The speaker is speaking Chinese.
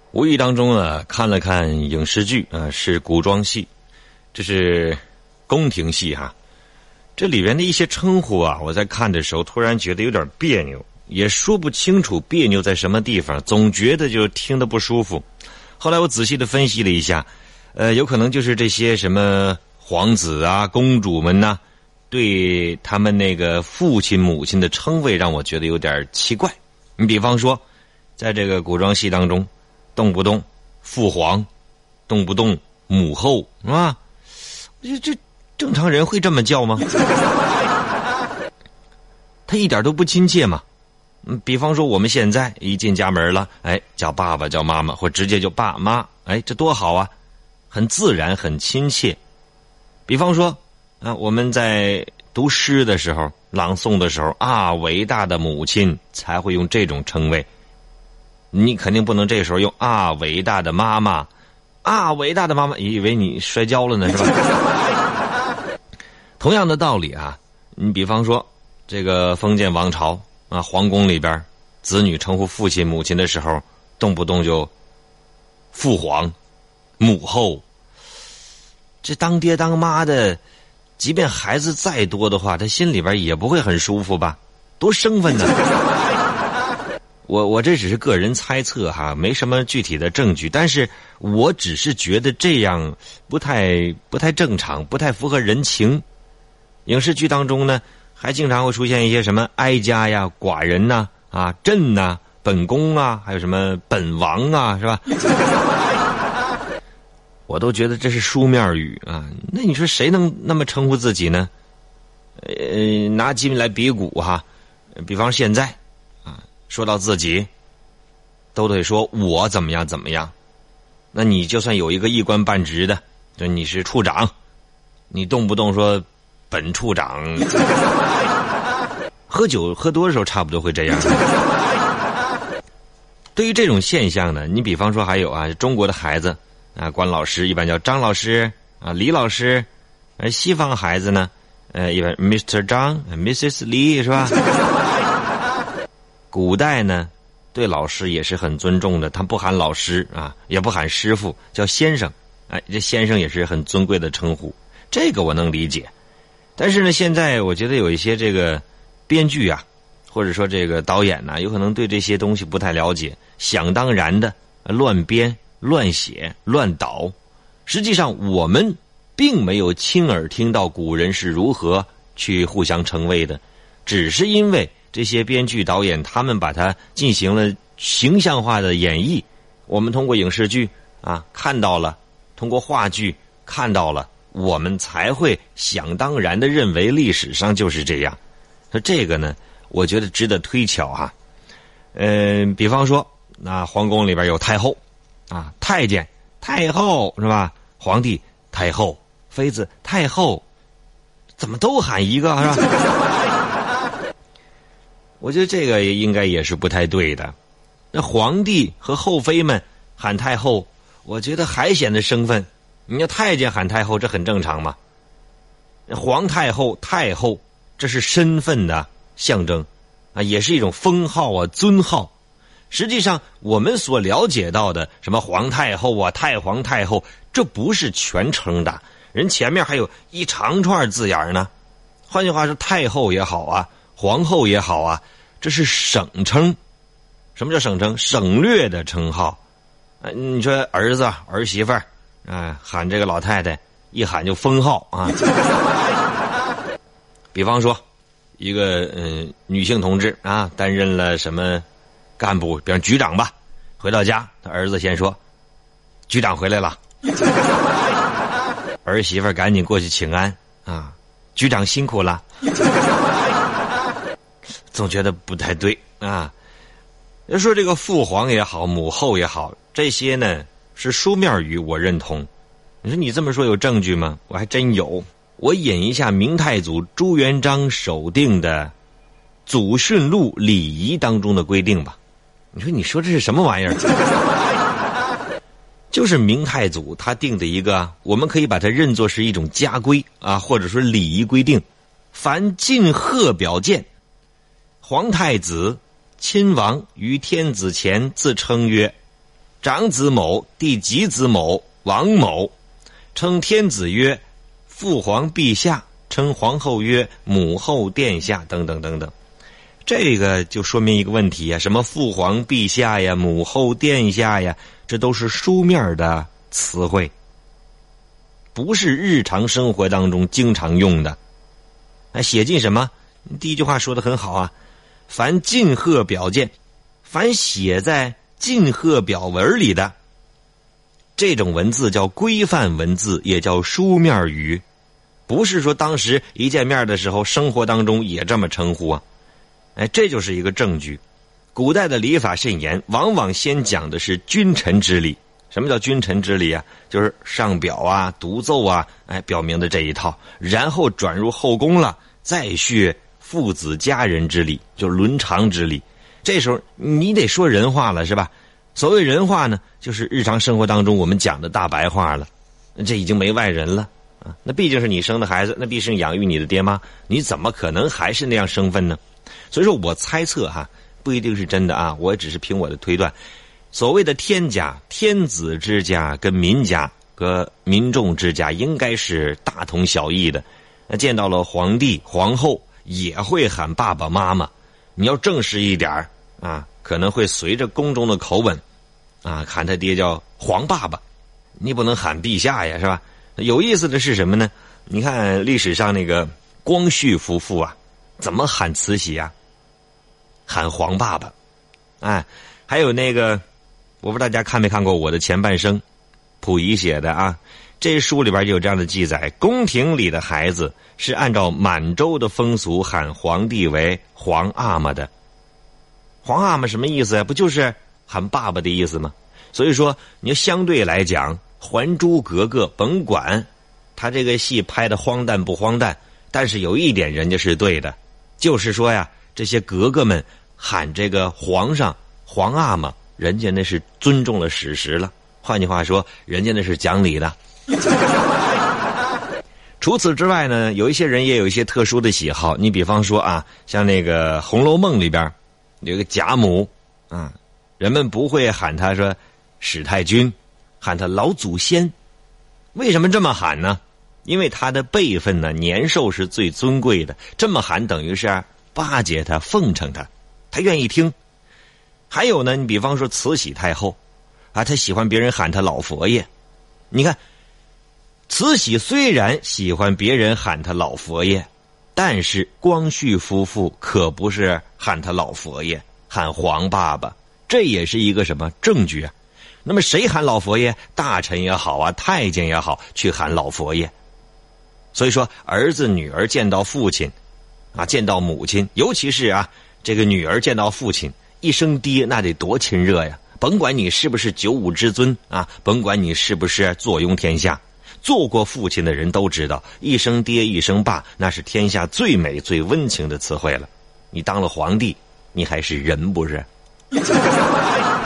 无意当中啊，看了看影视剧啊，是古装戏，这是宫廷戏哈。这里边的一些称呼啊，我在看的时候突然觉得有点别扭，也说不清楚别扭在什么地方，总觉得就听得不舒服。后来我仔细的分析了一下，有可能就是这些什么皇子啊、公主们呐，对他们那个父亲母亲的称谓让我觉得有点奇怪。你比方说，在这个古装戏当中，动不动父皇，动不动母后，是吧？这正常人会这么叫吗？他一点都不亲切嘛。比方说我们现在一进家门了，叫爸爸叫妈妈，或直接就爸妈，这多好啊，很自然很亲切。比方说我们在读诗的时候，朗诵的时候啊，伟大的母亲才会用这种称谓。你肯定不能这时候用啊，伟大的妈妈啊，伟大的妈妈，以为你摔跤了呢是吧？同样的道理啊，你比方说这个封建王朝啊，皇宫里边子女称呼父亲母亲的时候，动不动就父皇母后，这当爹当妈的，即便孩子再多的话，他心里边也不会很舒服吧，多生分呢。我这只是个人猜测哈，没什么具体的证据，但是我只是觉得这样不太正常，不太符合人情。影视剧当中呢，还经常会出现一些什么哀家呀、寡人呐、朕呐、本宫啊，还有什么本王啊，是吧？我都觉得这是书面语啊。那你说谁能那么称呼自己呢？拿今来比古哈，比方现在说到自己，都得说我怎么样怎么样。那你就算有一个一官半职的，就你是处长，你动不动说本处长，喝酒喝多的时候差不多会这样。对于这种现象呢，你比方说还有中国的孩子管老师一般叫张老师李老师，而西方孩子呢一般 Mr. 张 Mrs. 李，是吧？古代呢对老师也是很尊重的，他不喊老师也不喊师傅，叫先生。这先生也是很尊贵的称呼，这个我能理解。但是呢，现在我觉得有一些这个编剧或者说这个导演有可能对这些东西不太了解，想当然的乱编乱写乱导。实际上我们并没有亲耳听到古人是如何去互相称谓的，只是因为这些编剧导演他们把它进行了形象化的演绎，我们通过影视剧看到了，通过话剧看到了，我们才会想当然的认为历史上就是这样。这个呢我觉得值得推敲比方说皇宫里边有太后太监太后，是吧？皇帝太后，妃子太后，怎么都喊一个，是吧？我觉得这个应该也是不太对的。那皇帝和后妃们喊太后，我觉得还显得生分。你要太监喊太后，这很正常嘛。皇太后、太后，这是身份的象征也是一种封号尊号。实际上我们所了解到的什么皇太后太皇太后，这不是全称的，人前面还有一长串字眼呢。换句话说，太后也好皇后也好这是省称。什么叫省称？省略的称号。你说儿子儿媳妇喊这个老太太，一喊就封号比方说一个女性同志担任了什么干部，比方局长吧，回到家他儿子先说局长回来了，儿媳妇赶紧过去请安局长辛苦了。总觉得不太对要说这个父皇也好母后也好，这些呢是书面语，我认同。你说你这么说有证据吗？我还真有。我引一下明太祖朱元璋手定的《祖训录礼仪》当中的规定吧。你说这是什么玩意儿？就是明太祖他定的一个，我们可以把它认作是一种家规或者说礼仪规定。凡进贺表见，皇太子亲王于天子前自称曰长子某，弟及子某，王某，称天子曰父皇陛下，称皇后曰母后殿下，等等等等。这个就说明一个问题啊，什么父皇陛下呀，母后殿下呀，这都是书面的词汇，不是日常生活当中经常用的。写进什么？第一句话说得很好啊，凡进贺表见，凡写在进贺表文里的这种文字叫规范文字，也叫书面语，不是说当时一见面的时候生活当中也这么称呼啊。这就是一个证据。古代的礼法甚严，往往先讲的是君臣之礼。什么叫君臣之礼啊？就是上表啊，读奏啊，表明的这一套，然后转入后宫了，再续父子家人之礼，就是伦常之礼。这时候你得说人话了，是吧？所谓人话呢，就是日常生活当中我们讲的大白话了。这已经没外人了啊，那毕竟是你生的孩子，那毕竟养育你的爹妈，你怎么可能还是那样身份呢？所以说我猜测不一定是真的啊，我只是凭我的推断。所谓的天家，天子之家跟民家和民众之家应该是大同小异的。那见到了皇帝皇后也会喊爸爸妈妈，你要正式一点啊，可能会随着宫中的口吻啊，喊他爹叫皇爸爸，你不能喊陛下呀，是吧？有意思的是什么呢？你看历史上那个光绪夫妇啊，怎么喊慈禧啊？喊皇爸爸。还有那个我不知道大家看没看过我的前半生，溥仪写的啊，这书里边就有这样的记载，宫廷里的孩子是按照满洲的风俗喊皇帝为皇阿玛的。皇阿玛什么意思啊？不就是喊爸爸的意思吗？所以说你要相对来讲，还珠格格甭管他这个戏拍的荒诞不荒诞，但是有一点人家是对的，就是说呀，这些格格们喊这个皇上皇阿玛，人家那是尊重了史实了，换句话说，人家那是讲理的。除此之外呢，有一些人也有一些特殊的喜好，你比方说啊，像那个《红楼梦》里边有一个贾母啊，人们不会喊他说史太君，喊他老祖先。为什么这么喊呢？因为他的辈分呢，年寿是最尊贵的，这么喊等于是巴结他，奉承他，他愿意听。还有呢，你比方说慈禧太后啊，他喜欢别人喊他老佛爷。你看慈禧虽然喜欢别人喊他老佛爷，但是光绪夫妇可不是喊他老佛爷，喊皇爸爸，这也是一个什么证据啊？那么谁喊老佛爷？大臣也好啊，太监也好，去喊老佛爷。所以说儿子女儿见到父亲啊，见到母亲，尤其是这个女儿见到父亲一声爹，那得多亲热呀！甭管你是不是九五之尊啊，甭管你是不是坐拥天下，做过父亲的人都知道，一声爹一声爸，那是天下最美最温情的词汇了。你当了皇帝，你还是人不是？